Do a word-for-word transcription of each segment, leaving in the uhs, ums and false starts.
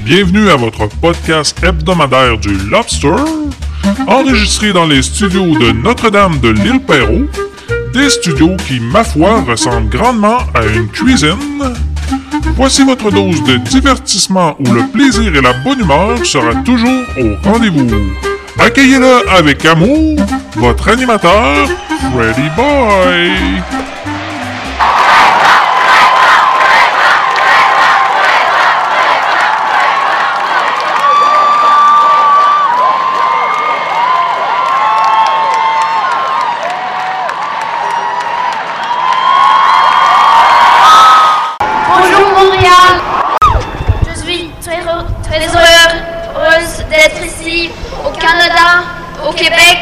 Bienvenue à votre podcast hebdomadaire du Lobster, enregistré dans les studios de Notre-Dame de l'Île-Perrot, des studios qui, ma foi, ressemblent grandement à une cuisine. Voici votre dose de divertissement où le plaisir et la bonne humeur sera toujours au rendez-vous. Accueillez-le avec amour, votre animateur, Freddy Boy. Très heureuse, heureuse d'être ici, au Canada, au Québec.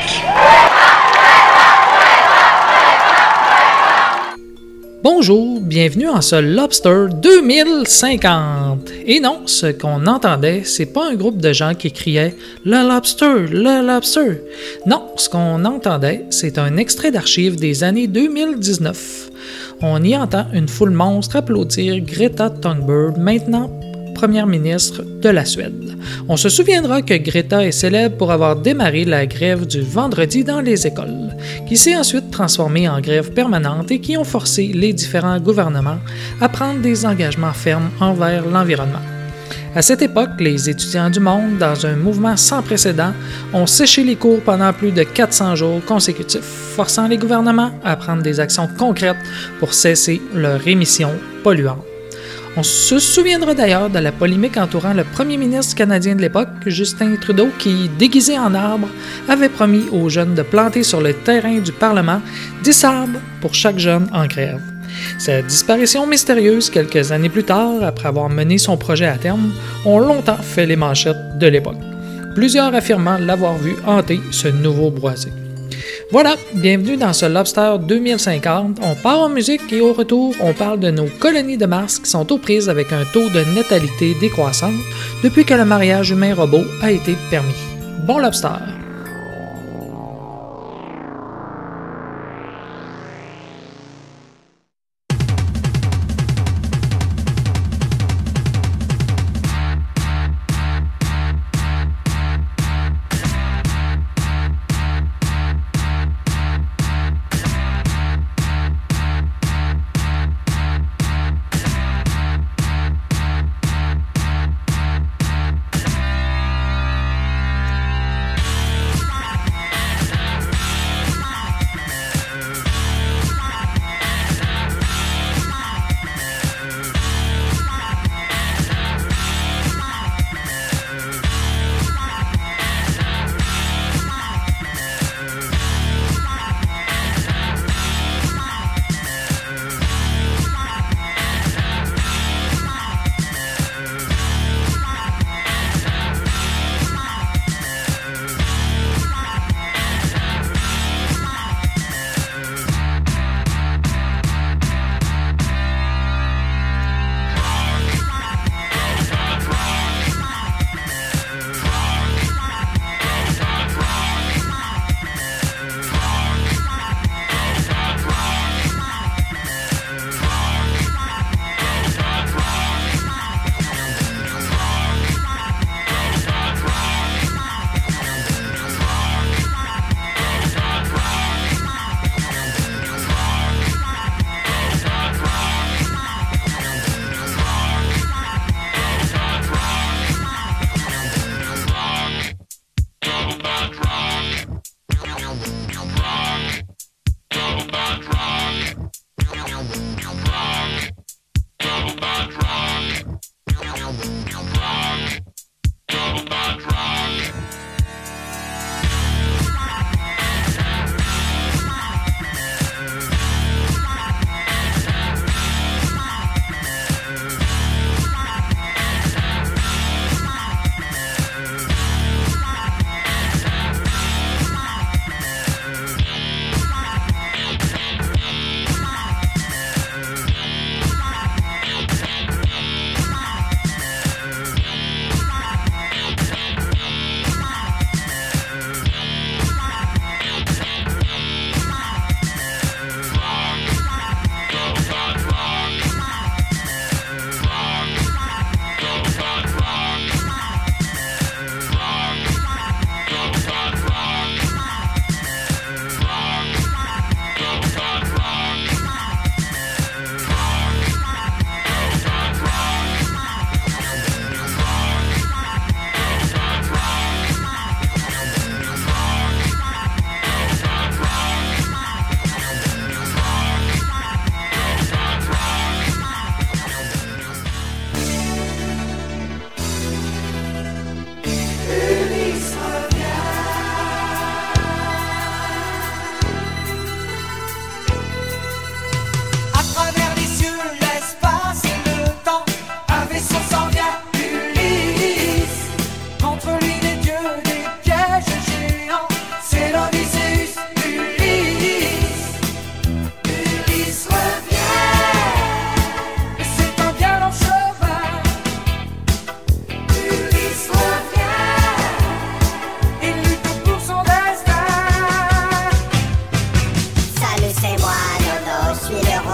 Bonjour, bienvenue en ce Lobster deux mille cinquante. Et non, ce qu'on entendait, c'est pas un groupe de gens qui criaient « Le Lobster, le Lobster ». Non, ce qu'on entendait, c'est un extrait d'archives des années deux mille dix-neuf. On y entend une foule monstre applaudir Greta Thunberg, maintenant première ministre de la Suède. On se souviendra que Greta est célèbre pour avoir démarré la grève du vendredi dans les écoles, qui s'est ensuite transformée en grève permanente et qui ont forcé les différents gouvernements à prendre des engagements fermes envers l'environnement. À cette époque, les étudiants du monde, dans un mouvement sans précédent, ont séché les cours pendant plus de quatre cents jours consécutifs, forçant les gouvernements à prendre des actions concrètes pour cesser leurs émissions polluantes. On se souviendra d'ailleurs de la polémique entourant le premier ministre canadien de l'époque, Justin Trudeau, qui, déguisé en arbre, avait promis aux jeunes de planter sur le terrain du Parlement dix arbres pour chaque jeune en grève. Sa disparition mystérieuse quelques années plus tard, après avoir mené son projet à terme, ont longtemps fait les manchettes de l'époque, plusieurs affirmant l'avoir vu hanter ce nouveau boisé. Voilà, bienvenue dans ce Lobster deux mille cinquante. On part en musique et au retour, on parle de nos colonies de Mars qui sont aux prises avec un taux de natalité décroissante depuis que le mariage humain-robot a été permis. Bon Lobster!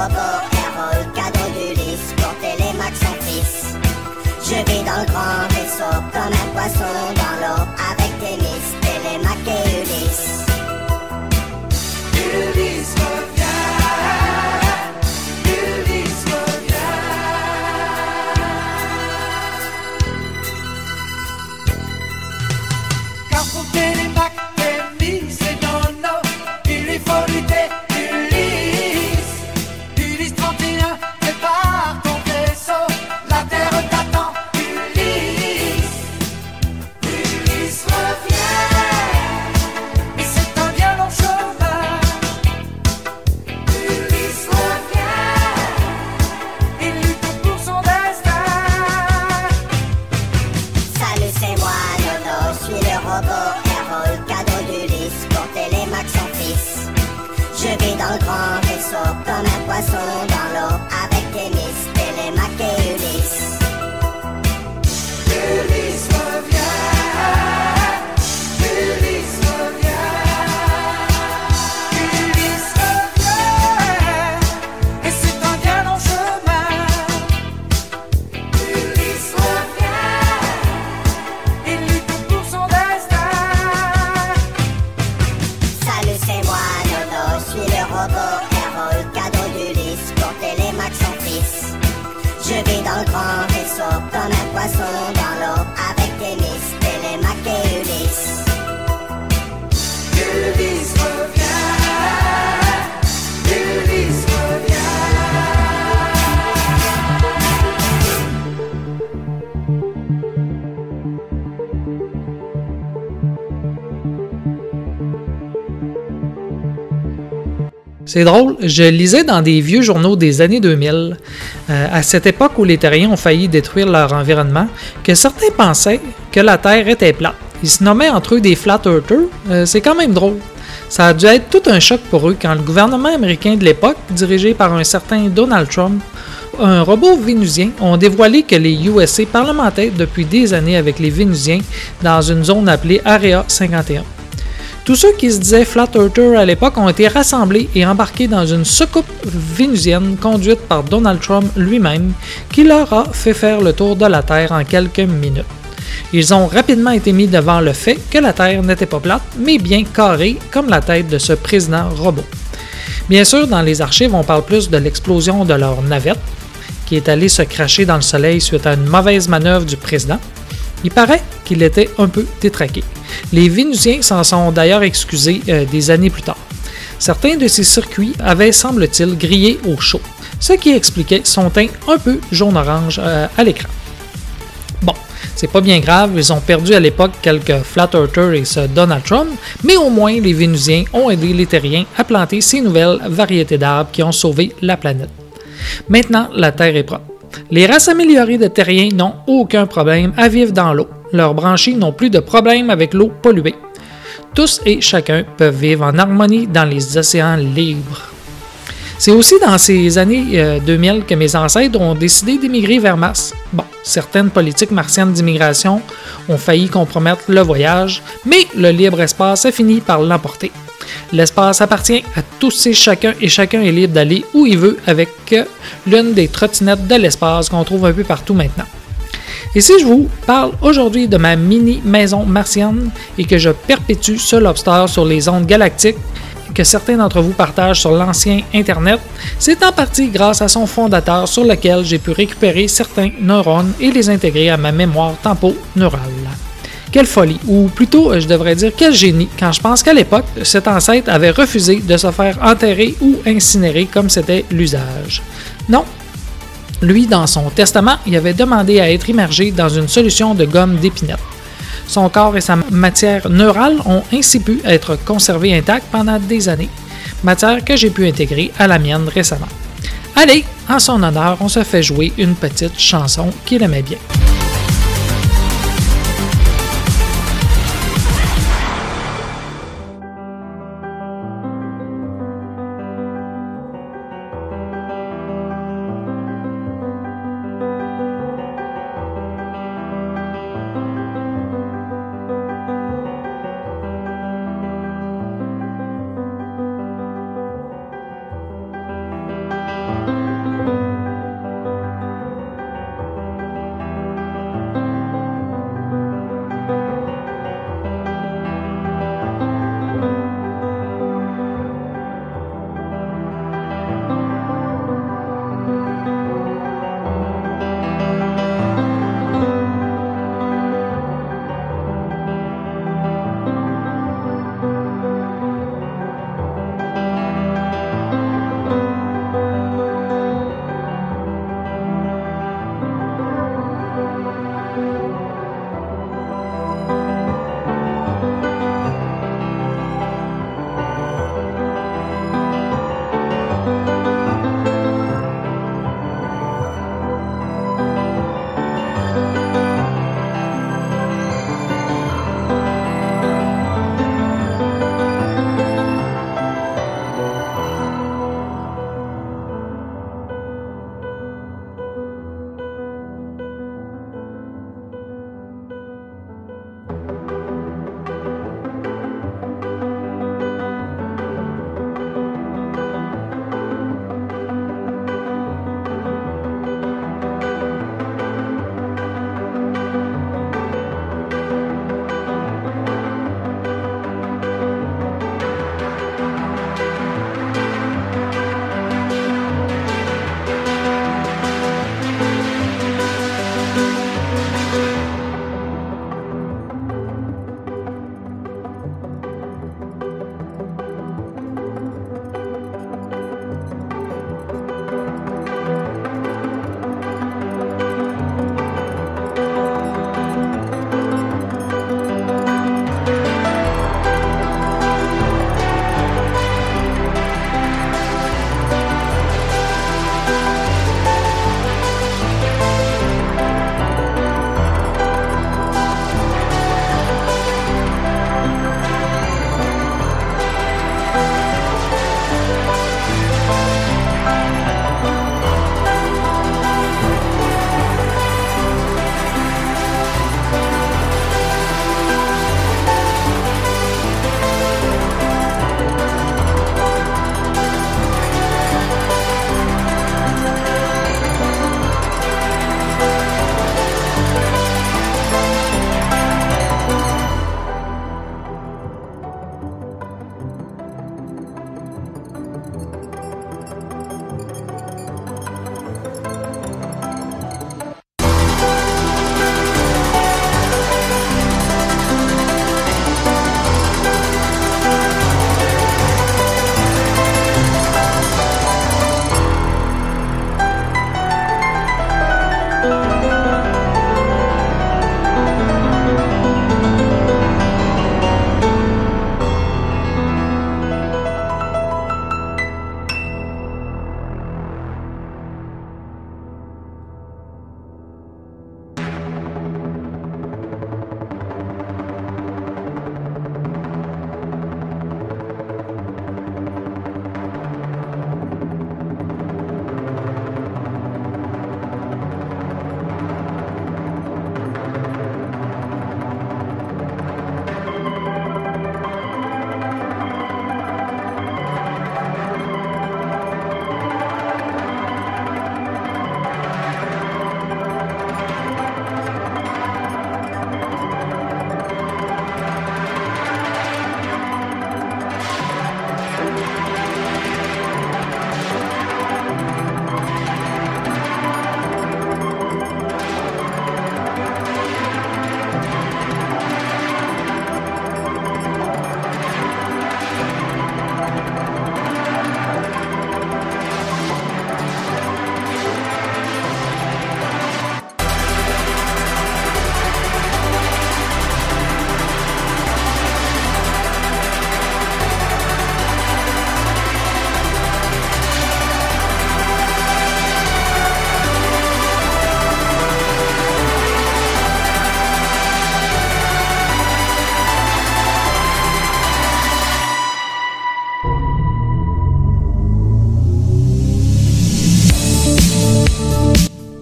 robot héros, cadeau d'Ulysse pour Télémaque son fils. Je vis dans le grand vaisseau comme un poisson dans l'eau avec Témis, Télémaque et Ulysse. Ulysse revient, Ulysse revient. Car pour Télémaque, Témis et Nono, il lui faut lutter, Ulysse. Ulysse trente et un, prépare ton vaisseau, la terre t'attend, Ulysse. Ulysse revient, et c'est un bien long chemin. Ulysse revient, il lutte pour son destin. Salut, c'est moi, Nono, je suis le robot héros, cadeau d'Ulysse pour Télémaque son fils. Je vis dans le grand vaisseau comme un poisson dans l'eau avec Témis, Télémaque et Ulysse. Ulysse revient, Ulysse revient. Ulysse revient, et c'est un bien long chemin. Ulysse revient, il lutte pour son destin. Salut, c'est moi, Nono, je suis le robot héros, cadeau d'Ulysse pour Télémaque son fils. Je vis dans le grand vaisseau comme un poisson dans l'eau avec Témis, Télémaque et Ulysse. Ulysse revient, Ulysse revient. C'est drôle, je lisais dans des vieux journaux des années deux mille, euh, à cette époque où les terriens ont failli détruire leur environnement, que certains pensaient que la Terre était plate. Ils se nommaient entre eux des Flat Earthers. Euh, c'est quand même drôle. Ça a dû être tout un choc pour eux quand le gouvernement américain de l'époque, dirigé par un certain Donald Trump, un robot vénusien, ont dévoilé que les U S A parlementaient depuis des années avec les Vénusiens dans une zone appelée Area cinquante et un. Tous ceux qui se disaient Flat Earthers à l'époque ont été rassemblés et embarqués dans une soucoupe vénusienne conduite par Donald Trump lui-même, qui leur a fait faire le tour de la Terre en quelques minutes. Ils ont rapidement été mis devant le fait que la Terre n'était pas plate, mais bien carrée comme la tête de ce président robot. Bien sûr, dans les archives, on parle plus de l'explosion de leur navette, qui est allée se cracher dans le soleil suite à une mauvaise manœuvre du président. Il paraît qu'il était un peu détraqué. Les Vénusiens s'en sont d'ailleurs excusés euh, des années plus tard. Certains de ces circuits avaient, semble-t-il, grillé au chaud, ce qui expliquait son teint un peu jaune-orange euh, à l'écran. Bon, c'est pas bien grave, ils ont perdu à l'époque quelques Flat Earthers et ce Donald Trump, mais au moins les Vénusiens ont aidé les Terriens à planter ces nouvelles variétés d'arbres qui ont sauvé la planète. Maintenant, la Terre est propre. Les races améliorées de terriens n'ont aucun problème à vivre dans l'eau. Leurs branchies n'ont plus de problème avec l'eau polluée. Tous et chacun peuvent vivre en harmonie dans les océans libres. C'est aussi dans ces années euh, deux mille que mes ancêtres ont décidé d'émigrer vers Mars. Bon, certaines politiques martiennes d'immigration ont failli compromettre le voyage, mais le libre espace a fini par l'emporter. L'espace appartient à tous et chacun et chacun est libre d'aller où il veut avec l'une des trottinettes de l'espace qu'on trouve un peu partout maintenant. Et si je vous parle aujourd'hui de ma mini maison martienne et que je perpétue ce lobster sur les ondes galactiques que certains d'entre vous partagent sur l'ancien Internet, c'est en partie grâce à son fondateur sur lequel j'ai pu récupérer certains neurones et les intégrer à ma mémoire tempo-neurale. Quelle folie, ou plutôt je devrais dire quel génie, quand je pense qu'à l'époque, cet ancêtre avait refusé de se faire enterrer ou incinérer comme c'était l'usage. Non, lui, dans son testament, il avait demandé à être immergé dans une solution de gomme d'épinette. Son corps et sa matière neurale ont ainsi pu être conservés intacts pendant des années, matière que j'ai pu intégrer à la mienne récemment. Allez, en son honneur, on se fait jouer une petite chanson qu'il aimait bien.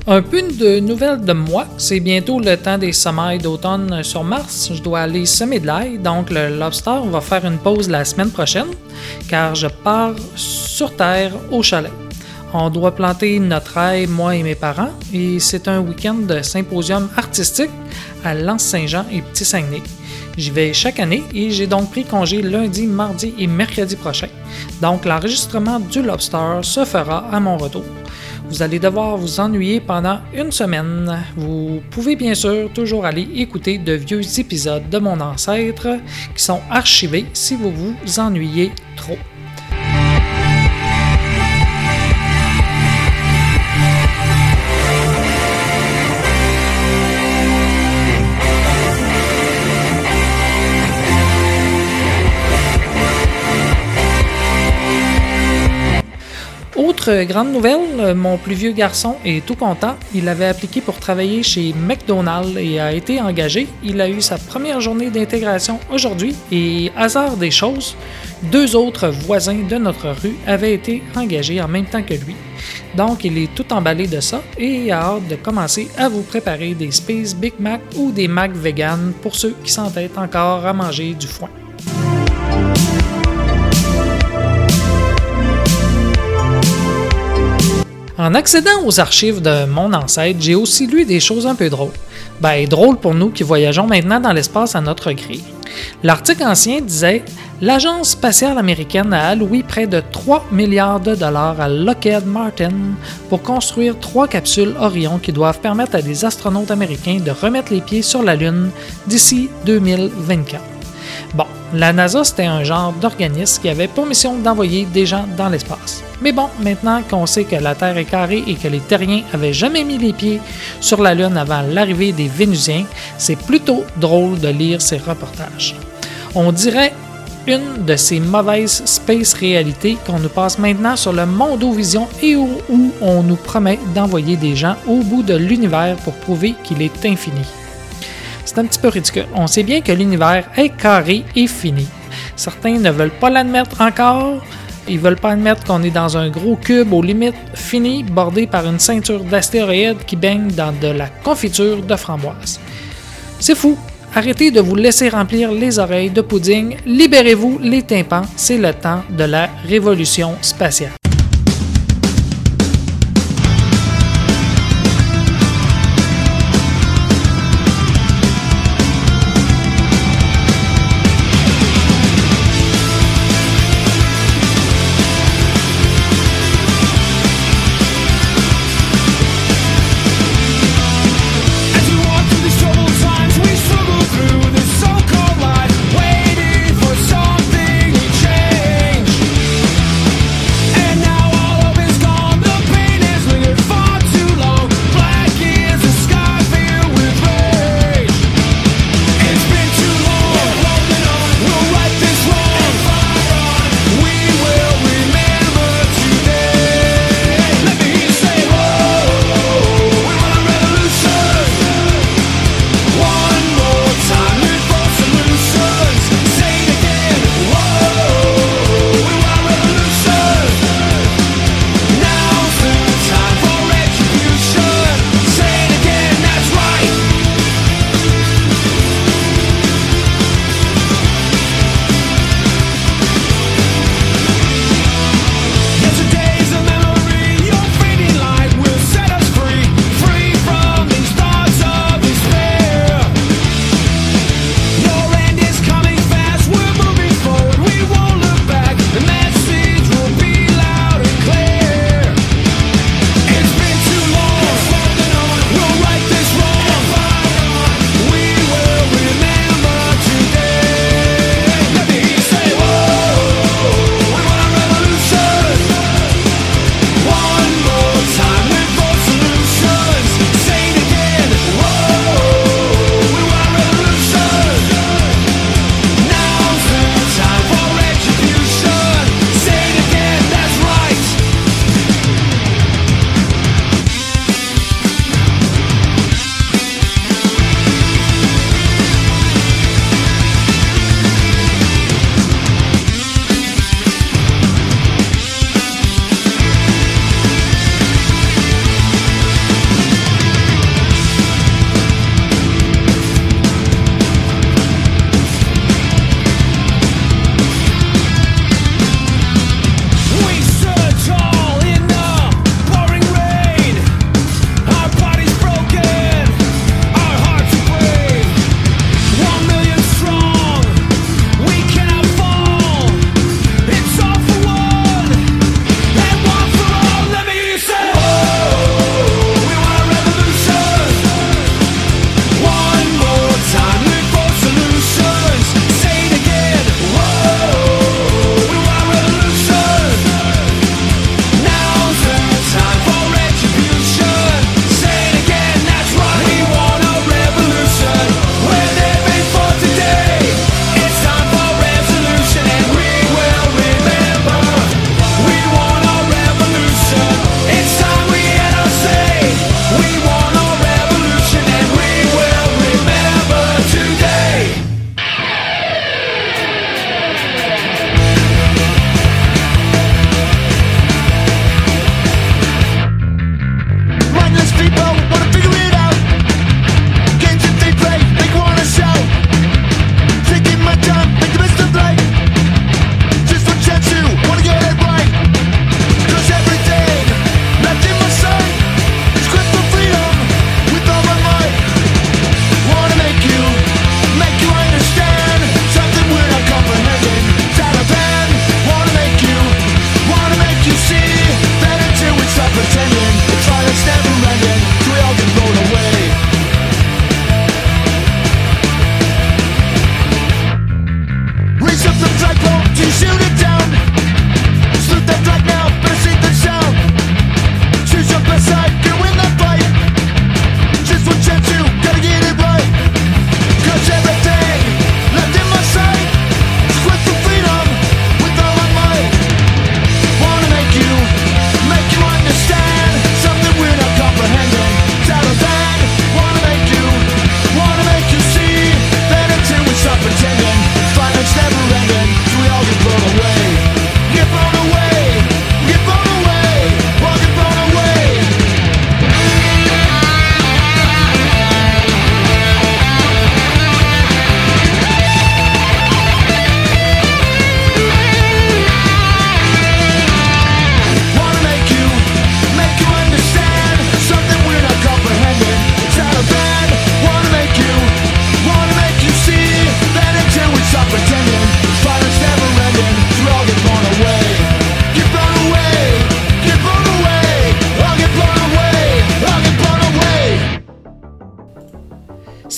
Un peu de nouvelles de moi, c'est bientôt le temps des semailles d'automne sur Mars. Je dois aller semer de l'ail, donc le Lobster va faire une pause la semaine prochaine, car je pars sur Terre au chalet. On doit planter notre ail, moi et mes parents, et c'est un week-end de symposium artistique à L'Anse-Saint-Jean et Petit-Saguenay. J'y vais chaque année et j'ai donc pris congé lundi, mardi et mercredi prochain. Donc l'enregistrement du Lobster se fera à mon retour. Vous allez devoir vous ennuyer pendant une semaine. Vous pouvez bien sûr toujours aller écouter de vieux épisodes de mon ancêtre qui sont archivés si vous vous ennuyez trop. Autre grande nouvelle, mon plus vieux garçon est tout content. Il avait appliqué pour travailler chez McDonald's et a été engagé. Il a eu sa première journée d'intégration aujourd'hui et, hasard des choses, deux autres voisins de notre rue avaient été engagés en même temps que lui. Donc il est tout emballé de ça et a hâte de commencer à vous préparer des Space Big Mac ou des Mac vegan pour ceux qui s'entêtent encore à manger du foin. En accédant aux archives de mon ancêtre, j'ai aussi lu des choses un peu drôles. Ben, drôles pour nous qui voyageons maintenant dans l'espace à notre gré. L'article ancien disait « L'Agence spatiale américaine a alloué près de trois milliards de dollars à Lockheed Martin pour construire trois capsules Orion qui doivent permettre à des astronautes américains de remettre les pieds sur la Lune d'ici deux mille vingt-quatre. » Bon, la NASA, c'était un genre d'organisme qui avait pour mission d'envoyer des gens dans l'espace. Mais bon, maintenant qu'on sait que la Terre est carrée et que les Terriens avaient jamais mis les pieds sur la Lune avant l'arrivée des Vénusiens, c'est plutôt drôle de lire ces reportages. On dirait une de ces mauvaises space réalités qu'on nous passe maintenant sur le Mondovision et où, où on nous promet d'envoyer des gens au bout de l'univers pour prouver qu'il est infini. C'est un petit peu ridicule. On sait bien que l'univers est carré et fini. Certains ne veulent pas l'admettre encore. Ils veulent pas admettre qu'on est dans un gros cube aux limites fini, bordé par une ceinture d'astéroïdes qui baigne dans de la confiture de framboise. C'est fou. Arrêtez de vous laisser remplir les oreilles de pudding. Libérez-vous les tympans. C'est le temps de la révolution spatiale. And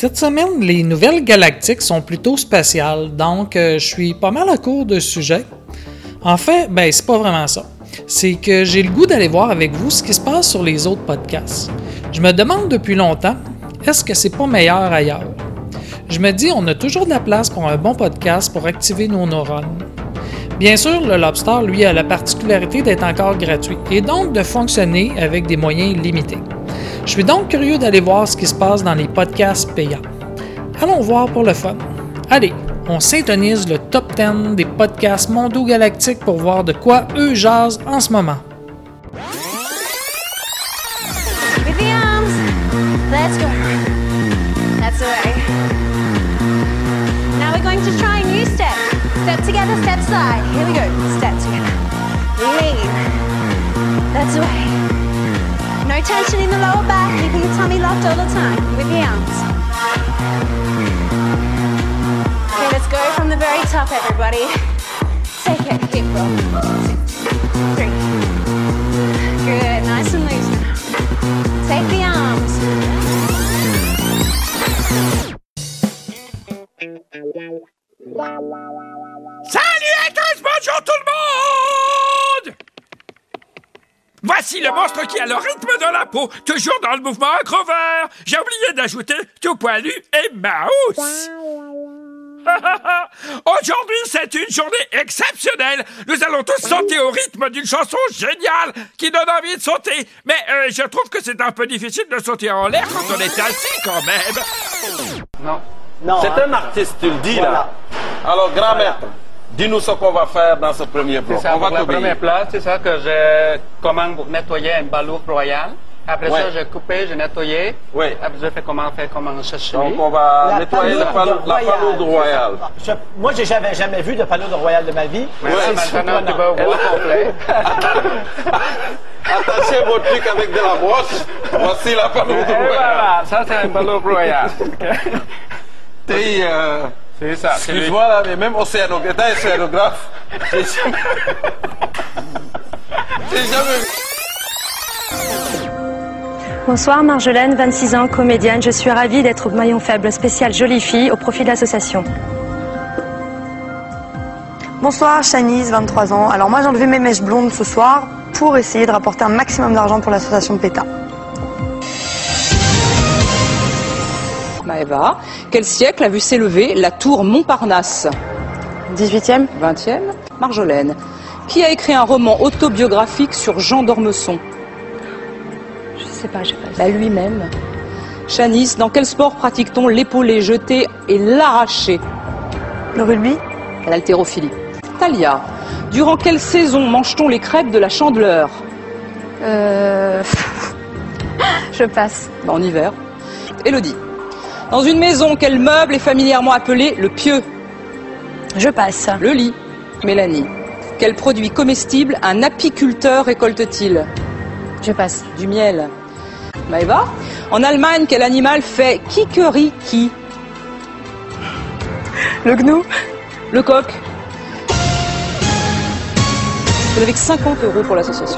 Cette semaine, les nouvelles galactiques sont plutôt spatiales, donc euh, je suis pas mal à court de sujets. En fait, ben c'est pas vraiment ça. C'est que j'ai le goût d'aller voir avec vous ce qui se passe sur les autres podcasts. Je me demande depuis longtemps, est-ce que c'est pas meilleur ailleurs? Je me dis, on a toujours de la place pour un bon podcast pour activer nos neurones. Bien sûr, le Lobster, lui, a la particularité d'être encore gratuit et donc de fonctionner avec des moyens limités. Je suis donc curieux d'aller voir ce qui se passe dans les podcasts payants. Allons voir pour le fun. Allez, on syntonise le top dix des podcasts mondo-galactiques pour voir de quoi eux jasent en ce moment. With the arms, let's go. That's the way. Now we're going to try a new step. Step together, step side. Here we go. Step together. Lean. That's the way. No tension in the lower back, keeping the tummy locked all the time with the arms. Okay, let's go from the very top, everybody. Take it, hip roll. Six, three. Good, nice and loose now. Take the arms. Salut à tous, bonjour tout le monde! Voici le monstre qui a le rythme de la peau, toujours dans le mouvement acrobaire. J'ai oublié d'ajouter tout poilu et mouse. Aujourd'hui, c'est une journée exceptionnelle. Nous allons tous sauter au rythme d'une chanson géniale qui donne envie de sauter. Mais euh, je trouve que c'est un peu difficile de sauter en l'air quand on est assis quand même. Non. Non, C'est hein. un artiste, tu le dis Voilà. là. Alors, grand maître, dis-nous ce qu'on va faire dans ce premier bloc. C'est ça, On va pour la t'obéir. première place, c'est ça que je commande pour nettoyer un balourd royal. Après Ouais. ça, je coupé, je nettoyé. Oui. Après, je fais comment faire comment chercher. Donc, on va La nettoyer la, palourde palo- la royale. palourde royale. Je- moi, j'ai jamais, jamais vu de panneau de royal de ma vie. Mais Ouais, là, c'est maintenant, tu surprenant. vas voir complet. Attachez votre truc avec de la broche. Voici la palourde Et royale. voilà, ça c'est un balourd royal. T'es, euh, C'est ça. c'est lui. excuse-moi là, mais même océanographe, étant océanographe, j'ai jamais... j'ai jamais vu... Bonsoir Marjolaine, vingt-six ans, comédienne. Je suis ravie d'être au maillon faible spécial Jolie Fille au profit de l'association. Bonsoir, Shanice, vingt-trois ans. Alors moi j'ai enlevé mes mèches blondes ce soir pour essayer de rapporter un maximum d'argent pour l'association de PETA. Maëva, quel siècle a vu s'élever la tour Montparnasse? dix-huitième. vingtième. Marjolaine, qui a écrit un roman autobiographique sur Jean d'Ormesson? Je sais pas, je passe. Bah lui-même. Shanice, dans quel sport pratique-t-on l'épaulé jeté et l'arraché? Le rugby. L'haltérophilie. Talia, durant quelle saison mange-t-on les crêpes de la Chandeleur? Euh... je passe. Bah, en hiver. Élodie, dans une maison, quel meuble est familièrement appelé le pieu? Je passe. Le lit. Mélanie, quel produit comestible un apiculteur récolte-t-il? Je passe. Du miel. Maëva, en Allemagne, quel animal fait kikeriki? Le gnou. Le coq. Vous n'avez que cinquante euros pour l'association.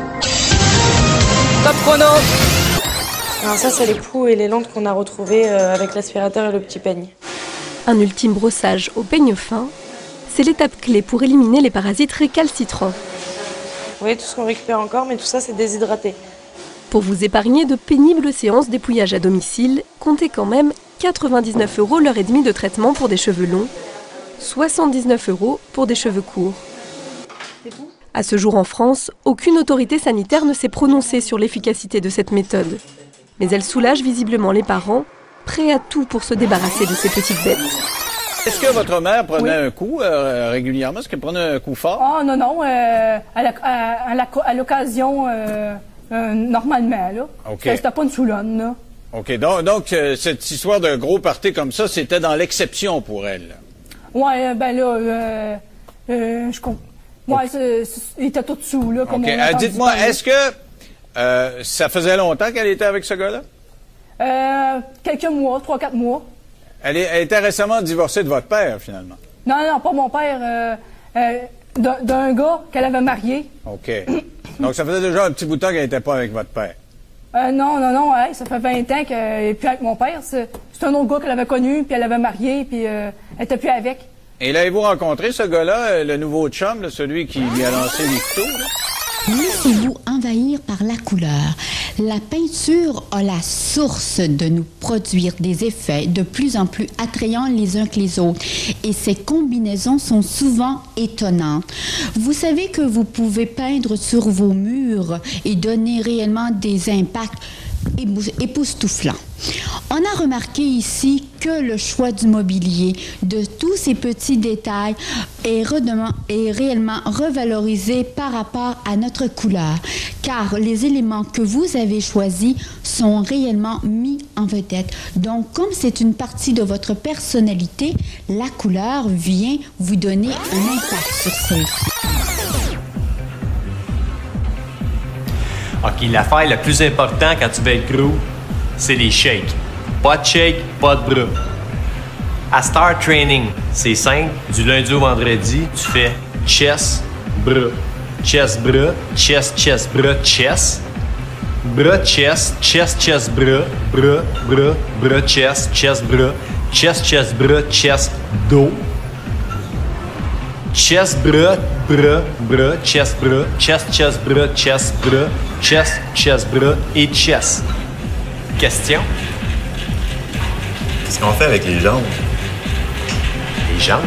Top chrono. Alors ça c'est les poux et les lentes qu'on a retrouvées euh, avec l'aspirateur et le petit peigne. Un ultime brossage au peigne fin, c'est l'étape clé pour éliminer les parasites récalcitrants. Vous voyez tout ce qu'on récupère encore, mais tout ça c'est déshydraté. Pour vous épargner de pénibles séances d'épouillage à domicile, comptez quand même quatre-vingt-dix-neuf euros l'heure et demie de traitement pour des cheveux longs, soixante-dix-neuf euros pour des cheveux courts. À ce jour en France, aucune autorité sanitaire ne s'est prononcée sur l'efficacité de cette méthode. Mais elle soulage visiblement les parents, prêts à tout pour se débarrasser de ces petites bêtes. Est-ce que votre mère prenait Oui. un coup euh, régulièrement? Est-ce qu'elle prenait un coup fort? Oh non, non, euh, à la- à- à la- à l'occasion, euh, euh, normalement, là. OK. C'était pas une soulonne, là. OK, donc, donc euh, cette histoire de gros party comme ça, c'était dans l'exception pour elle. Ouais, euh, ben là, euh, euh, je comprends. Ouais, c'est- c'est- il était tout dessous, là, comme OK, on a euh, entendu dites-moi, parler. est-ce que euh, ça faisait longtemps qu'elle était avec ce gars-là? Euh, quelques mois, trois, quatre mois. Elle, est- elle était récemment divorcée de votre père, finalement. Non, non, pas mon père, euh, euh, d'un- d'un gars qu'elle avait marié. OK. Donc, ça faisait déjà un petit bout de temps qu'elle n'était pas avec votre père. Euh, non, non, non, ouais, ça fait vingt ans qu'elle n'est plus avec mon père. C'est, c'est un autre gars qu'elle avait connu, puis elle avait marié, puis euh, elle était plus avec. Et l'avez-vous rencontré, ce gars-là, le nouveau chum, là, celui qui lui a lancé les couteaux? Là? Laissez-vous envahir par la couleur. La peinture a la source de nous produire des effets de plus en plus attrayants les uns que les autres. Et ces combinaisons sont souvent étonnantes. Vous savez que vous pouvez peindre sur vos murs et donner réellement des impacts époustouflants. On a remarqué ici que le choix du mobilier, de tous ces petits détails, est, redement, est réellement revalorisé par rapport à notre couleur, car les éléments que vous avez choisis sont réellement mis en vedette. Donc, comme c'est une partie de votre personnalité, la couleur vient vous donner un impact sur celle-ci. OK, l'affaire la plus importante quand tu veux être gros, c'est les shakes. Pas de shake, pas de bras. À Star Training, c'est simple. Du lundi au vendredi, tu fais chest, bras. Chest, bras, chest, chest, bras, chest. Bras, chest, chest, chest, bras. Bras, bras, bras, chest, chest, bras. Chest, chest, bras, chest, dos. Chest, bras, bras, bras, chest, bras, chest, chest, bras, chest, bras, chest, chest, bras et chest. Question? Qu'est-ce qu'on fait avec les jambes? Les jambes?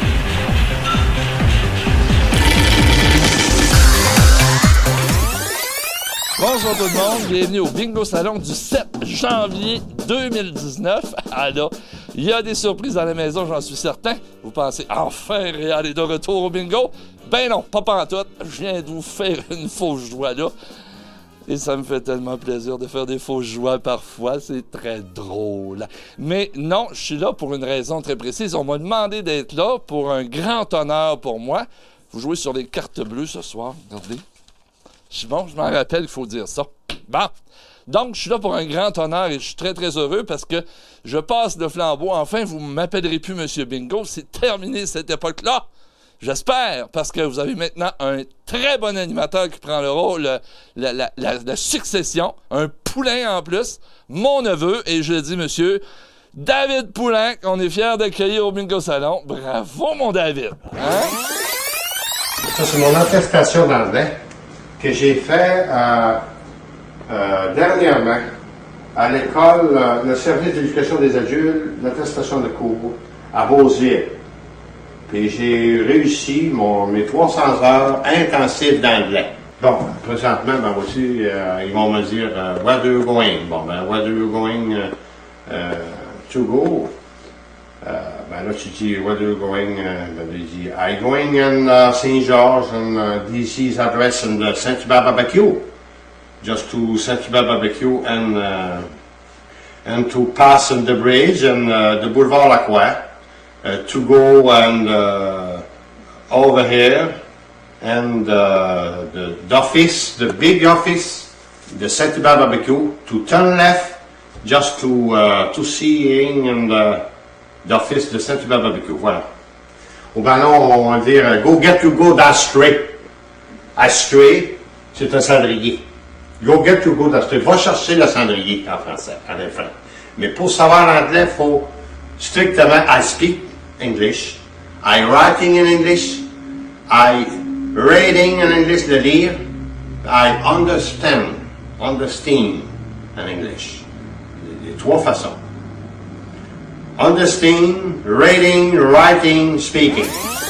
Bonjour tout le monde, bienvenue au Bingo Salon du sept janvier deux mille dix-neuf. Ah là, il y a des surprises à la maison, j'en suis certain. Vous pensez enfin Réal est de retour au bingo? Ben non, pas pantoute. Je viens de vous faire une fausse joie là. Et ça me fait tellement plaisir de faire des fausses joies parfois, c'est très drôle. Mais non, je suis là pour une raison très précise. On m'a demandé d'être là pour un grand honneur pour moi. Vous jouez sur les cartes bleues ce soir, regardez. Bon, je m'en rappelle, il faut dire ça. Bon, donc je suis là pour un grand honneur et je suis très très heureux parce que je passe le flambeau. Enfin, vous ne m'appellerez plus Monsieur Bingo, c'est terminé cette époque-là. J'espère, parce que vous avez maintenant un très bon animateur qui prend le rôle, la, la, la, la succession, un poulain en plus, mon neveu, et je dis monsieur David Poulain, qu'on est fiers d'accueillir au Bingo Salon. Bravo mon David! Hein? Ça, c'est mon attestation d'anglais que j'ai fait euh, euh, dernièrement à l'école, euh, le service d'éducation des adultes, l'attestation de cours à Beauzire. Puis j'ai réussi mon, mes trois cents heures intensives d'anglais. Bon, présentement, ben aussi, euh, ils vont me dire euh, Where do you going? Bon, ben, where do you going uh, uh, to go? Uh, ben là, tu dis Where do you going? Uh, ben, il dit I'm going in uh, Saint George and uh, D C's address in the Saint-Hubert Barbecue. Just to Saint-Hubert Barbecue and, uh, and to pass in the bridge and uh, the Boulevard Lacroix. Uh, to go and uh, over here and uh, the, the office, the big office, the Saint-Hubert Barbecue, to turn left just to uh, to seeing and uh, the office de Saint-Hubert Barbecue. Voilà. Au ballon, on va dire go get to go d'Astray. Astray, c'est un cendrier. Go get to go d'Astray. Va chercher le cendrier en français, en effet. Mais pour savoir l'anglais, il faut strictement I speak English, I writing in English, I reading in English, le lire, I understand, understand in English. Les trois façons. Understand, reading, writing, speaking.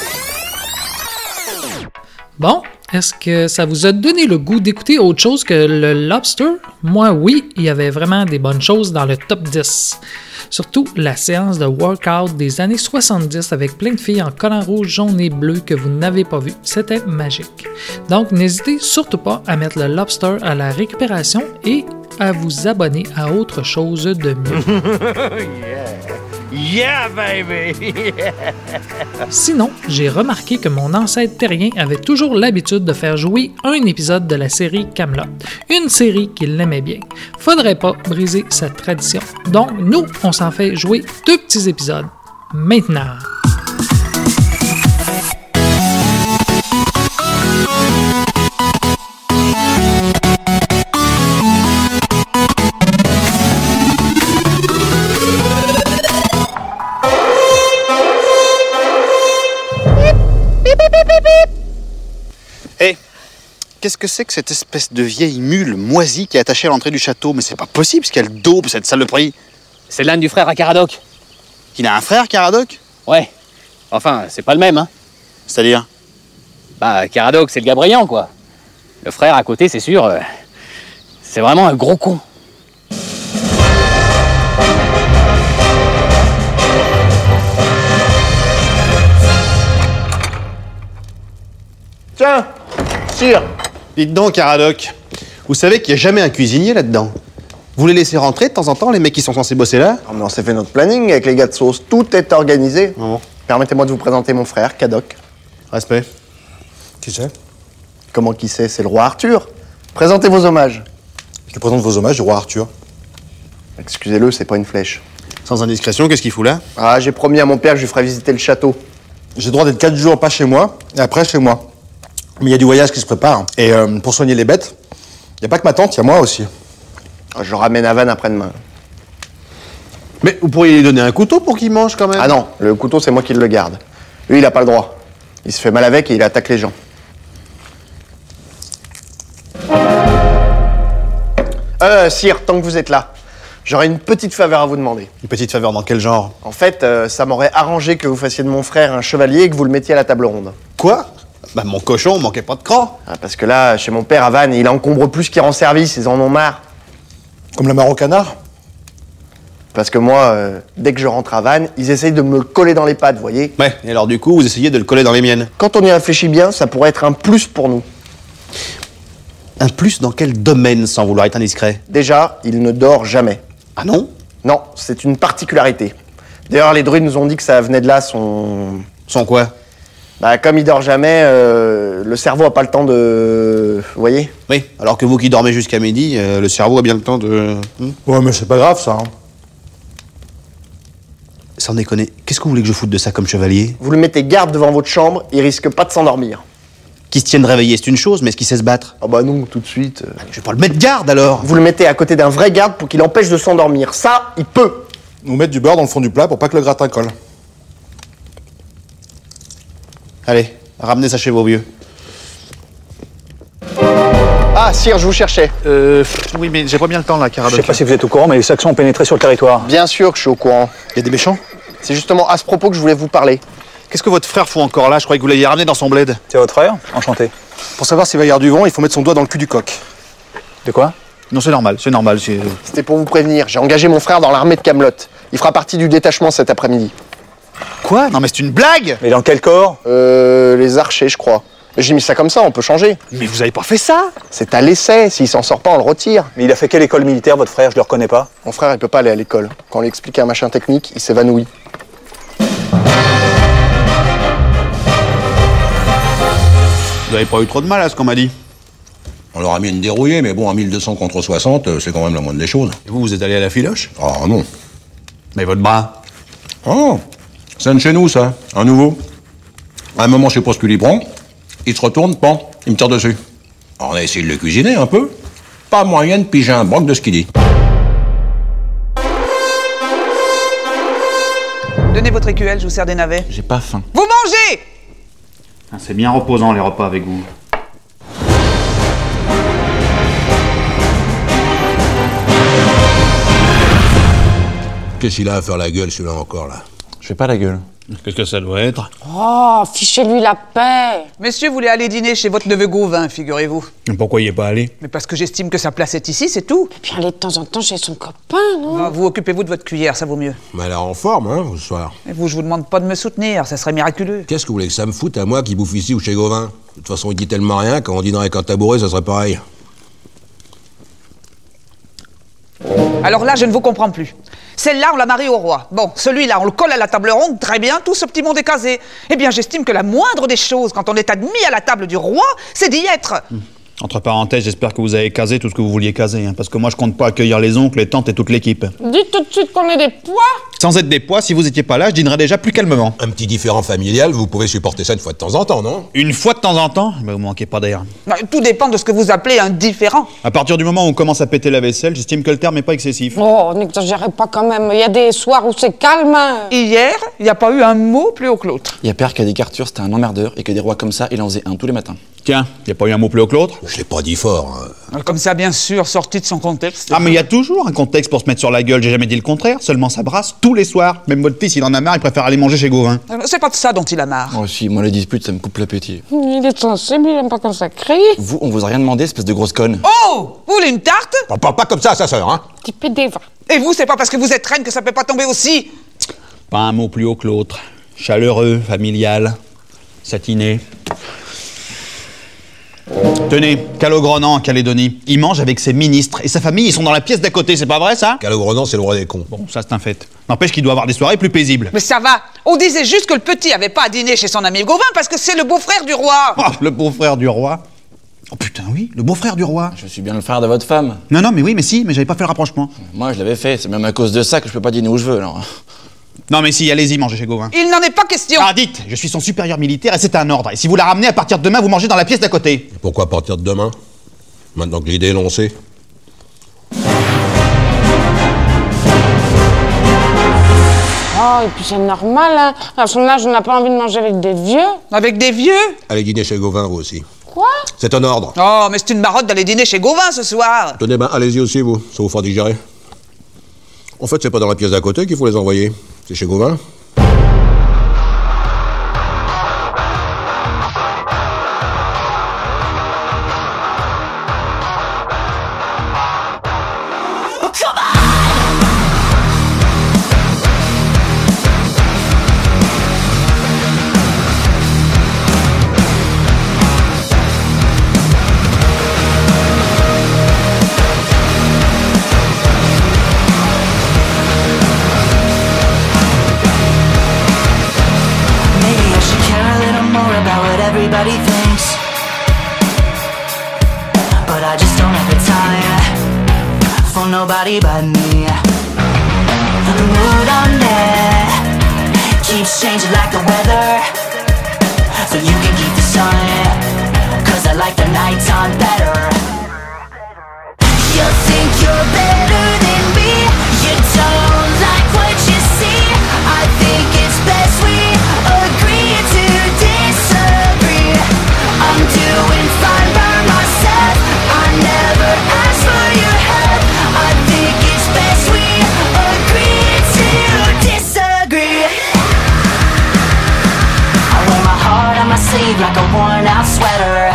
Bon, est-ce que ça vous a donné le goût d'écouter autre chose que le Lobster? Moi, oui, il y avait vraiment des bonnes choses dans le top dix. Surtout la séance de workout des années soixante-dix avec plein de filles en collant rouge, jaune et bleu que vous n'avez pas vu. C'était magique. Donc, n'hésitez surtout pas à mettre le Lobster à la récupération et à vous abonner à autre chose de mieux. Yeah! Yeah, baby! Yeah. Sinon, j'ai remarqué que mon ancêtre terrien avait toujours l'habitude de faire jouer un épisode de la série Kaamelott, une série qu'il aimait bien. Faudrait pas briser cette tradition. Donc, nous, on s'en fait jouer deux petits épisodes. Maintenant. Qu'est-ce que c'est que cette espèce de vieille mule moisie qui est attachée à l'entrée du château? Mais c'est pas possible, ce qu'elle daube, cette saloperie. C'est l'âne du frère à Caradoc. Il a un frère, Caradoc? Ouais. Enfin, c'est pas le même, hein. C'est-à-dire? Bah, Caradoc, c'est le gars brillant, quoi. Le frère à côté, c'est sûr, euh, c'est vraiment un gros con. Tiens, sire. Dites donc, Caradoc, vous savez qu'il n'y a jamais un cuisinier là-dedans. Vous les laissez rentrer de temps en temps, les mecs qui sont censés bosser là? Non, mais on s'est fait notre planning avec les gars de sauce. Tout est organisé. Oh. Permettez-moi de vous présenter mon frère, Cadoc. Respect. Qui c'est? Comment qui c'est? C'est le roi Arthur. Présentez vos hommages. Je présente vos hommages du roi Arthur. Excusez-le, c'est pas une flèche. Sans indiscrétion, qu'est-ce qu'il fout là? Ah, j'ai promis à mon père que je lui ferais visiter le château. J'ai le droit d'être quatre jours pas chez moi, et après chez moi. Mais il y a du voyage qui se prépare. Et euh, pour soigner les bêtes, il n'y a pas que ma tante, il y a moi aussi. Je le ramène à Vannes après-demain. Mais vous pourriez lui donner un couteau pour qu'il mange quand même? Ah non, le couteau, c'est moi qui le garde. Lui, il a pas le droit. Il se fait mal avec et il attaque les gens. Euh, sire, tant que vous êtes là, j'aurais une petite faveur à vous demander. Une petite faveur dans quel genre? En fait, euh, ça m'aurait arrangé que vous fassiez de mon frère un chevalier et que vous le mettiez à la table ronde. Quoi? Bah mon cochon manquait pas de cran. Ah, parce que là, chez mon père à Vannes, il encombre plus qu'il rend service, ils en ont marre. Comme la mare au canard? Parce que moi, euh, dès que je rentre à Vannes, ils essayent de me le coller dans les pattes, vous voyez? Ouais, et alors du coup, vous essayez de le coller dans les miennes. Quand on y réfléchit bien, ça pourrait être un plus pour nous. Un plus dans quel domaine, sans vouloir être indiscret? Déjà, il ne dort jamais. Ah non? Non, c'est une particularité. D'ailleurs, les druides nous ont dit que ça venait de là, son... Son quoi? Bah, comme il dort jamais, euh, le cerveau a pas le temps de... Vous voyez? Oui, alors que vous qui dormez jusqu'à midi, euh, le cerveau a bien le temps de... Hmm? Ouais, mais c'est pas grave, ça. Hein. Sans déconner, qu'est-ce que vous voulez que je foute de ça comme chevalier? Vous le mettez garde devant votre chambre, il risque pas de s'endormir. Qu'il se tienne réveillé, c'est une chose, mais est-ce qu'il sait se battre? Ah bah non, tout de suite. Euh... Je vais pas le mettre garde, alors. Vous le mettez à côté d'un vrai garde pour qu'il empêche de s'endormir. Ça, il peut. Nous mettre du beurre dans le fond du plat pour pas que le gratin colle. Allez, ramenez ça chez vos vieux. Ah, sire, je vous cherchais. Euh... Oui, mais j'ai pas bien le temps, là, Caradoc. Je sais pas si vous êtes au courant, mais les Saxons ont pénétré sur le territoire. Bien sûr que je suis au courant. Il y a des méchants? C'est justement à ce propos que je voulais vous parler. Qu'est-ce que votre frère fout encore là? Je croyais que vous l'aviez ramené dans son bled. C'est votre frère? Enchanté. Pour savoir s'il va y avoir du vent, il faut mettre son doigt dans le cul du coq. De quoi? Non, c'est normal, c'est normal. C'était pour vous prévenir. J'ai engagé mon frère dans l'armée de Camelot. Il fera partie du détachement cet après-midi. Quoi? Non mais c'est une blague! Mais dans quel corps? Euh... Les archers, je crois. J'ai mis ça comme ça, on peut changer. Mais vous avez pas fait ça? C'est à l'essai. S'il s'en sort pas, on le retire. Mais il a fait quelle école militaire, votre frère? Je le reconnais pas. Mon frère, il peut pas aller à l'école. Quand on lui explique un machin technique, il s'évanouit. Vous avez pas eu trop de mal à ce qu'on m'a dit? On leur a mis une dérouillée, mais bon, à mille deux cents contre soixante, c'est quand même la moindre des choses. Et vous, vous êtes allé à la filoche? Ah non. Mais votre bras? Oh, c'est un de chez nous, ça. Un nouveau. À un moment, je sais pas ce qu'il y prend. Il se retourne, pan, il me tire dessus. Alors, on a essayé de le cuisiner un peu. Pas moyen de piger un broc de ce qu'il dit. Donnez votre écuelle, je vous sers des navets. J'ai pas faim. Vous mangez! C'est bien reposant, les repas avec vous. Qu'est-ce qu'il a à faire la gueule, celui-là, encore, là? Je fais pas la gueule. Qu'est-ce que ça doit être? Oh, fichez-lui la paix. Monsieur voulait aller dîner chez votre neveu Gauvin, figurez-vous. Pourquoi il est pas allé? Mais parce que j'estime que sa place est ici, c'est tout. Et puis aller de temps en temps chez son copain, non? Ah, vous occupez-vous de votre cuillère, ça vaut mieux. Mais elle est en forme, hein, ce soir. Et vous, je vous demande pas de me soutenir, ça serait miraculeux. Qu'est-ce que vous voulez que ça me foute à moi qui bouffe ici ou chez Gauvin? De toute façon, il dit tellement rien qu'en dînerait avec un tabouret, ça serait pareil. Alors là, je ne vous comprends plus. Celle-là, on la marie au roi. Bon, celui-là, on le colle à la table ronde, très bien, tout ce petit monde est casé. Eh bien, j'estime que la moindre des choses, quand on est admis à la table du roi, c'est d'y être. Mmh. Entre parenthèses, j'espère que vous avez casé tout ce que vous vouliez caser, hein, parce que moi, je compte pas accueillir les oncles, les tantes et toute l'équipe. Dites tout de suite qu'on est des pois. Sans être des poids, si vous étiez pas là, je dînerais déjà plus calmement. Un petit différend familial, vous pouvez supporter ça une fois de temps en temps, non? Une fois de temps en temps? Bah, vous manquez pas d'air. Tout dépend de ce que vous appelez un différent. À partir du moment où on commence à péter la vaisselle, j'estime que le terme est pas excessif. Oh, n'exagérez pas quand même. Il y a des soirs où c'est calme. Hein. Hier, il n'y a pas eu un mot plus haut que l'autre. Il y a père qui a dit qu'Arthur c'était un emmerdeur et que des rois comme ça, il en faisait un tous les matins. Tiens, y a pas eu un mot plus haut que l'autre? Je l'ai pas dit fort. Hein. Comme ça, bien sûr, sorti de son contexte. Ah, mais il y a toujours un contexte pour se mettre sur la gueule, j'ai jamais dit le contraire. Seulement ça brasse tous les soirs. Même votre fils, il en a marre, il préfère aller manger chez Gauvin. C'est pas de ça dont il a marre. Oh si, moi les disputes, ça me coupe l'appétit. Il est sensible, il aime pas quand ça crie. Vous, on vous a rien demandé, espèce de grosse conne. Oh! Vous voulez une tarte? On parle pas comme ça à sa sœur, hein? Petit peu d'éva. Et vous, c'est pas parce que vous êtes reine que ça peut pas tomber aussi? Pas un mot plus haut que l'autre. Chaleureux, familial, satiné. Tenez, Calogrenant en Calédonie. Il mange avec ses ministres et sa famille, ils sont dans la pièce d'à côté, c'est pas vrai ça? Calogrenant, c'est le roi des cons. Bon, ça c'est un fait. N'empêche qu'il doit avoir des soirées plus paisibles. Mais ça va. On disait juste que le petit avait pas à dîner chez son ami Gauvin parce que c'est le beau-frère du roi. Oh, le beau-frère du roi? Oh putain, oui, le beau-frère du roi. Je suis bien le frère de votre femme. Non, non, mais oui, mais si, mais j'avais pas fait le rapprochement. Moi, je l'avais fait, c'est même à cause de ça que je peux pas dîner où je veux, alors. Non, mais si, allez-y, mangez chez Gauvin. Il n'en est pas question. Ah, dites, je suis son supérieur militaire et c'est un ordre. Et si vous la ramenez à partir de demain, vous mangez dans la pièce d'à côté. Pourquoi à partir de demain? Maintenant que l'idée est lancée. Oh, et puis c'est normal, hein. À son âge, on n'a pas envie de manger avec des vieux. Avec des vieux? Allez dîner chez Gauvin, vous aussi. Quoi? C'est un ordre. Oh, mais c'est une marotte d'aller dîner chez Gauvin ce soir. Tenez, ben, allez-y aussi, vous. Ça vous fera digérer. En fait, c'est pas dans la pièce d'à côté qu'il faut les envoyer. C'est chez Gauvin. Everybody thinks, but I just don't have the time for nobody but me. The mood on there keeps changing like the weather, so you can keep the sun, cause I like the nighttime better. You think you're better than me, you don't like what you see. I think it's best we agree to disagree. I'm doing fine by myself, I never asked for your help. I think it's best we agree to disagree. I wear my heart on my sleeve like a worn out sweater,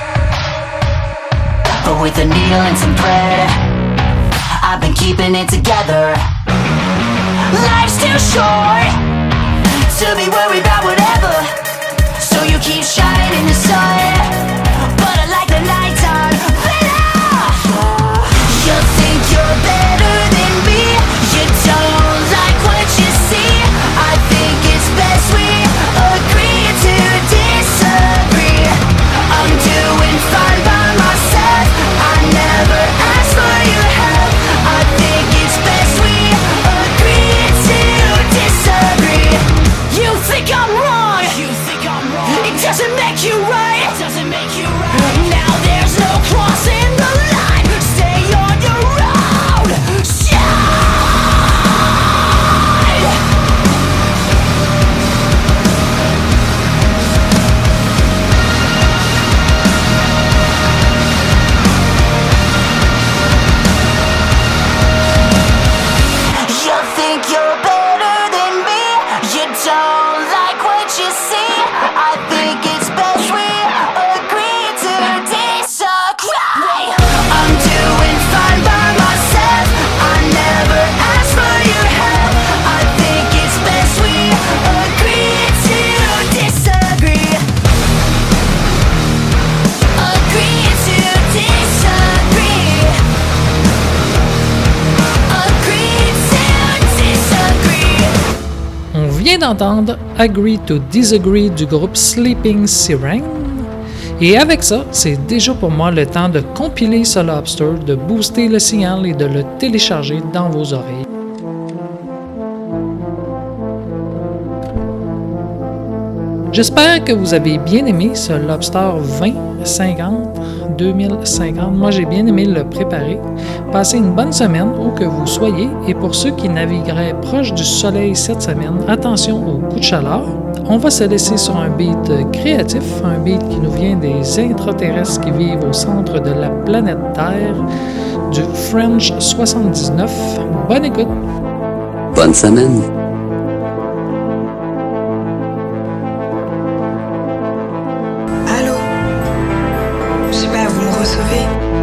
but with a needle and some thread, I've been keeping it together. Life's too short to be worried about whatever, so you keep shining the sun, but I like the nighttime better. You think you're better than me, you don't like what you see. I think it's best we agree to disagree. I'm doing fine by myself, I never asked for your help. I think it's best we agree to disagree. You think I'm wrong, you think I'm wrong. It doesn't make you right, it doesn't make you right. Now there's no crossing the line, stay on your road, shine. You think you're better than me, you don't like what you see. I think it's best we agree to disagree. I'm doing fine by myself, I never asked for your help. I think it's best we agree to disagree. Agree to disagree. Agree to disagree. On vient d'entendre Agree to Disagree du groupe Sleeping Siren. Et avec ça, c'est déjà pour moi le temps de compiler ce lobster, de booster le signal et de le télécharger dans vos oreilles. J'espère que vous avez bien aimé ce Lobster vingt cinquante deux mille cinquante. Moi, j'ai bien aimé le préparer. Passez une bonne semaine où que vous soyez. Et pour ceux qui navigueraient proche du soleil cette semaine, attention aux coups de chaleur. On va se laisser sur un beat créatif, un beat qui nous vient des intraterrestres qui vivent au centre de la planète Terre, du French soixante-dix-neuf. Bonne écoute! Bonne semaine! Allô? Je sais pas, vous me recevez?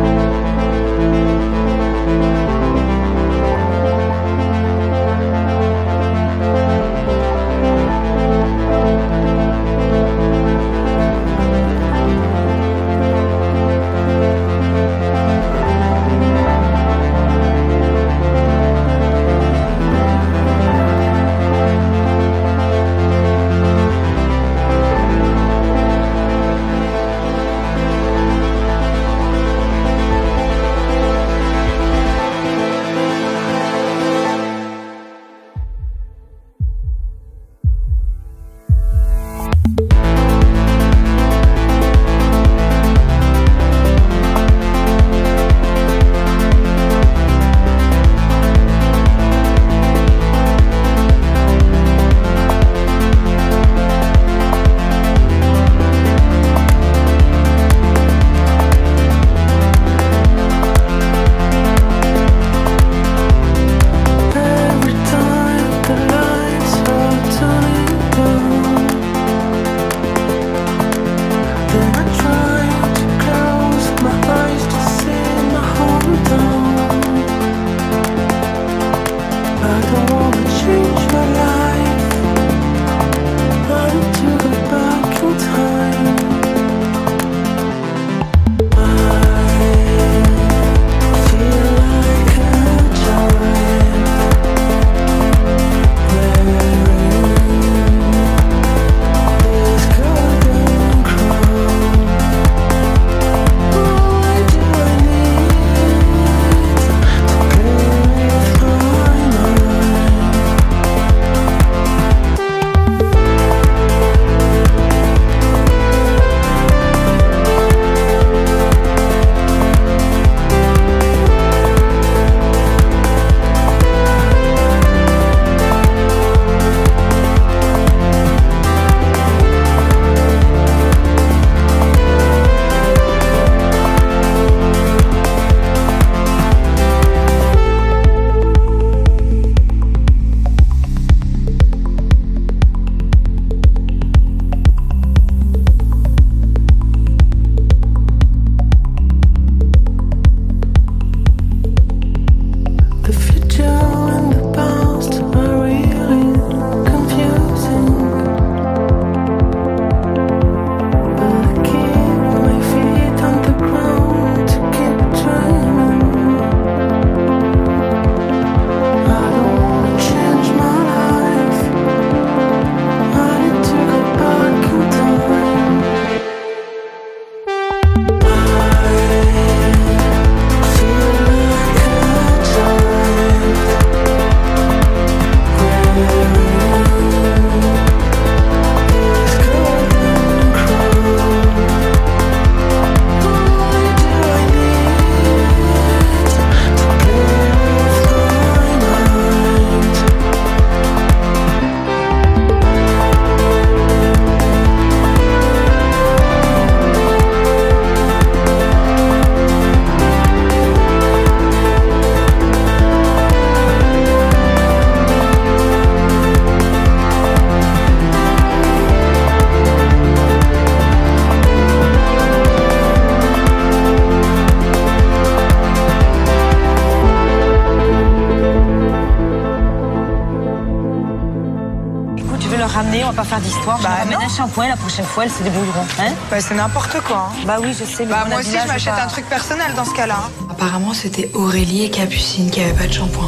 ramener, on va pas faire d'histoire. Bah, je ramène un shampoing, la prochaine fois, elles se débrouilleront. Hein bah, c'est n'importe quoi. Hein. Bah oui, je sais. Mais bah, moi aussi, je m'achète pas... un truc personnel dans ce cas-là. Hein. Apparemment, c'était Aurélie et Capucine qui avaient pas de shampoing.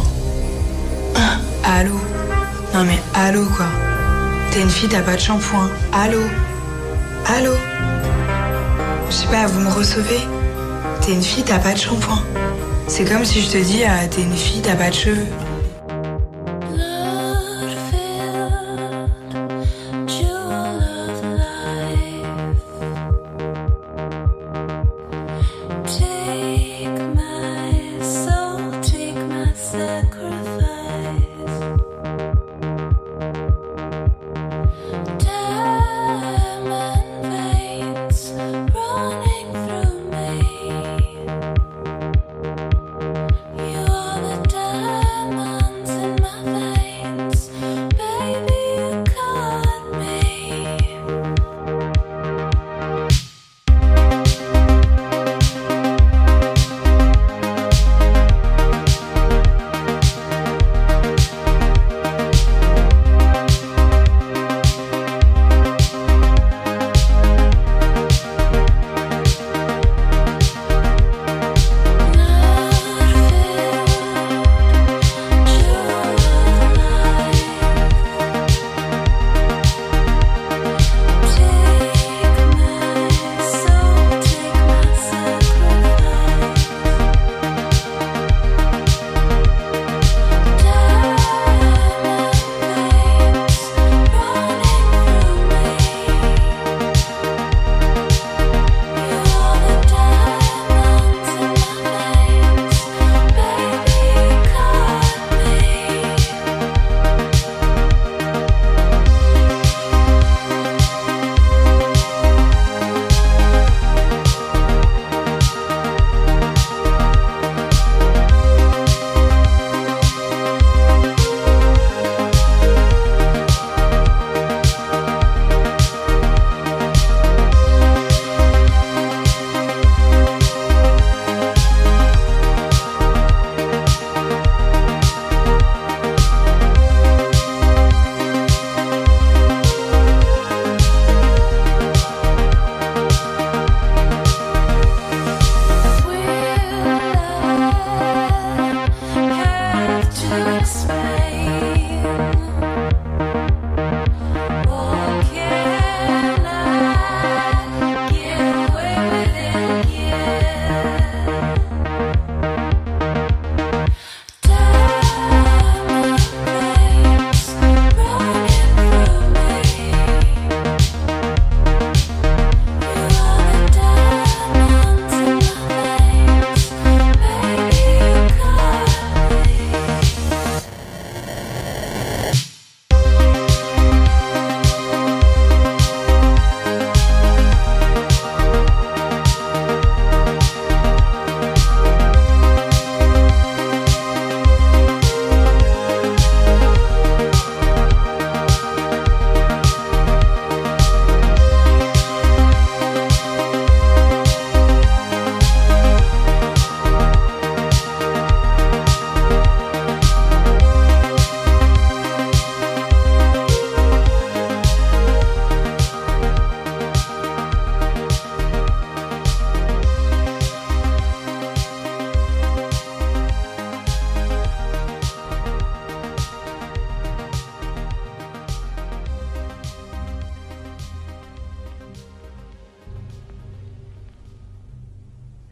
Allô? Non mais allô, quoi. T'es une fille, t'as pas de shampoing. Allô? Allô? Je sais pas, vous me recevez? T'es une fille, t'as pas de shampoing. C'est comme si je te dis, ah, t'es une fille, t'as pas de cheveux.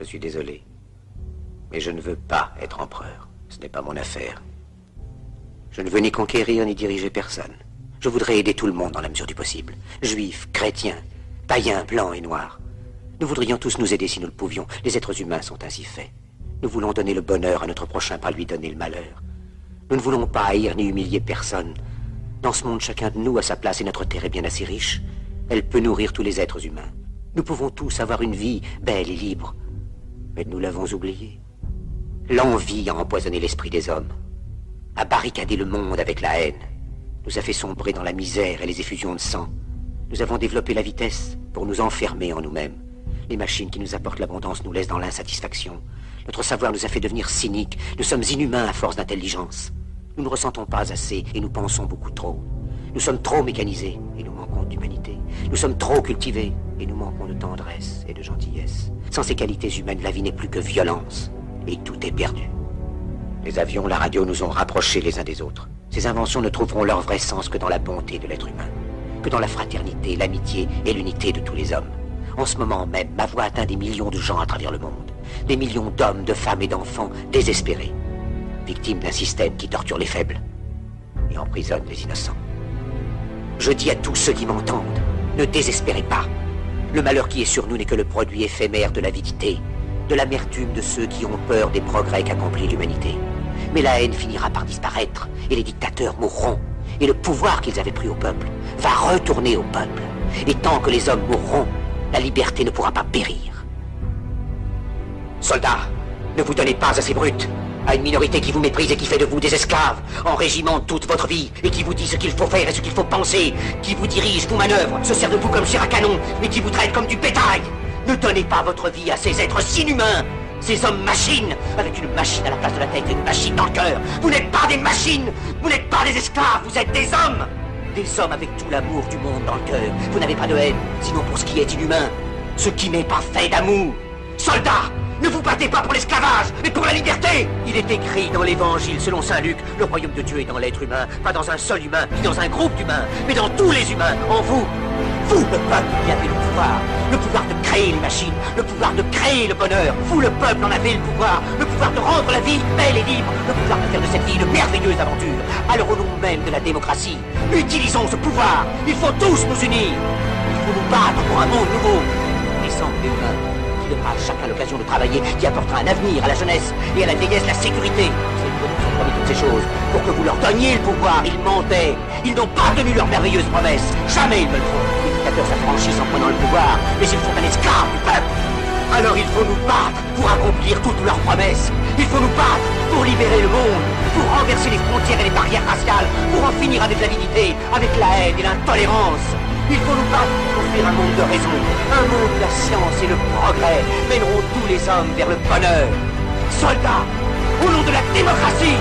Je suis désolé. Mais je ne veux pas être empereur. Ce n'est pas mon affaire. Je ne veux ni conquérir ni diriger personne. Je voudrais aider tout le monde dans la mesure du possible. Juifs, chrétiens, païens, blancs et noirs. Nous voudrions tous nous aider si nous le pouvions. Les êtres humains sont ainsi faits. Nous voulons donner le bonheur à notre prochain, pas lui donner le malheur. Nous ne voulons pas haïr ni humilier personne. Dans ce monde, chacun de nous a sa place et notre terre est bien assez riche. Elle peut nourrir tous les êtres humains. Nous pouvons tous avoir une vie belle et libre. Mais nous l'avons oublié. L'envie a empoisonné l'esprit des hommes, a barricadé le monde avec la haine, nous a fait sombrer dans la misère et les effusions de sang. Nous avons développé la vitesse pour nous enfermer en nous-mêmes. Les machines qui nous apportent l'abondance nous laissent dans l'insatisfaction. Notre savoir nous a fait devenir cyniques. Nous sommes inhumains à force d'intelligence. Nous ne ressentons pas assez et nous pensons beaucoup trop. Nous sommes trop mécanisés et nous manquons d'humanité. Nous sommes trop cultivés et nous manquons de tendresse et de gentillesse. Sans ces qualités humaines, la vie n'est plus que violence et tout est perdu. Les avions, la radio nous ont rapprochés les uns des autres. Ces inventions ne trouveront leur vrai sens que dans la bonté de l'être humain, que dans la fraternité, l'amitié et l'unité de tous les hommes. En ce moment même, ma voix atteint des millions de gens à travers le monde. Des millions d'hommes, de femmes et d'enfants désespérés, victimes d'un système qui torture les faibles et emprisonne les innocents. Je dis à tous ceux qui m'entendent, ne désespérez pas. Le malheur qui est sur nous n'est que le produit éphémère de l'avidité, de l'amertume de ceux qui ont peur des progrès qu'accomplit l'humanité. Mais la haine finira par disparaître et les dictateurs mourront. Et le pouvoir qu'ils avaient pris au peuple va retourner au peuple. Et tant que les hommes mourront, la liberté ne pourra pas périr. Soldats, ne vous donnez pas à ces brutes, à une minorité qui vous méprise et qui fait de vous des esclaves, en régiment toute votre vie, et qui vous dit ce qu'il faut faire et ce qu'il faut penser, qui vous dirige, vous manœuvre, se sert de vous comme chair à canon, et qui vous traite comme du bétail. Ne donnez pas votre vie à ces êtres si inhumains, ces hommes-machines, avec une machine à la place de la tête et une machine dans le cœur. Vous n'êtes pas des machines, vous n'êtes pas des esclaves, vous êtes des hommes. Des hommes avec tout l'amour du monde dans le cœur. Vous n'avez pas de haine, sinon pour ce qui est inhumain, ce qui n'est pas fait d'amour. Soldats, ne vous battez pas pour l'esclavage, mais pour la liberté. Il est écrit dans l'évangile selon saint Luc, le royaume de Dieu est dans l'être humain, pas dans un seul humain, ni dans un groupe d'humains, mais dans tous les humains, en vous. Vous, le peuple, qui avez le pouvoir, le pouvoir de créer les machines, le pouvoir de créer le bonheur. Vous, le peuple, en avez le pouvoir, le pouvoir de rendre la vie belle et libre, le pouvoir de faire de cette vie une merveilleuse aventure. Alors au nom même de la démocratie, utilisons ce pouvoir. Il faut tous nous unir. Il faut nous battre pour un monde nouveau, décent et humain, qui donnera à chacun l'occasion de travailler, qui apportera un avenir à la jeunesse et à la vieillesse la sécurité. C'est pour nous qui ont promis toutes ces choses, pour que vous leur donniez le pouvoir. Ils mentaient, ils n'ont pas tenu leurs merveilleuses promesses. Jamais ils ne le feront. Les dictateurs s'affranchissent en prenant le pouvoir, mais ils font un esclave du peuple. Alors il faut nous battre pour accomplir toutes leurs promesses. Il faut nous battre pour libérer le monde, pour renverser les frontières et les barrières raciales, pour en finir avec l'avidité, avec la haine et l'intolérance. Il faut nous battre pour construire un monde de raison, un monde où la science et le progrès mèneront tous les hommes vers le bonheur. Soldats, au nom de la démocratie,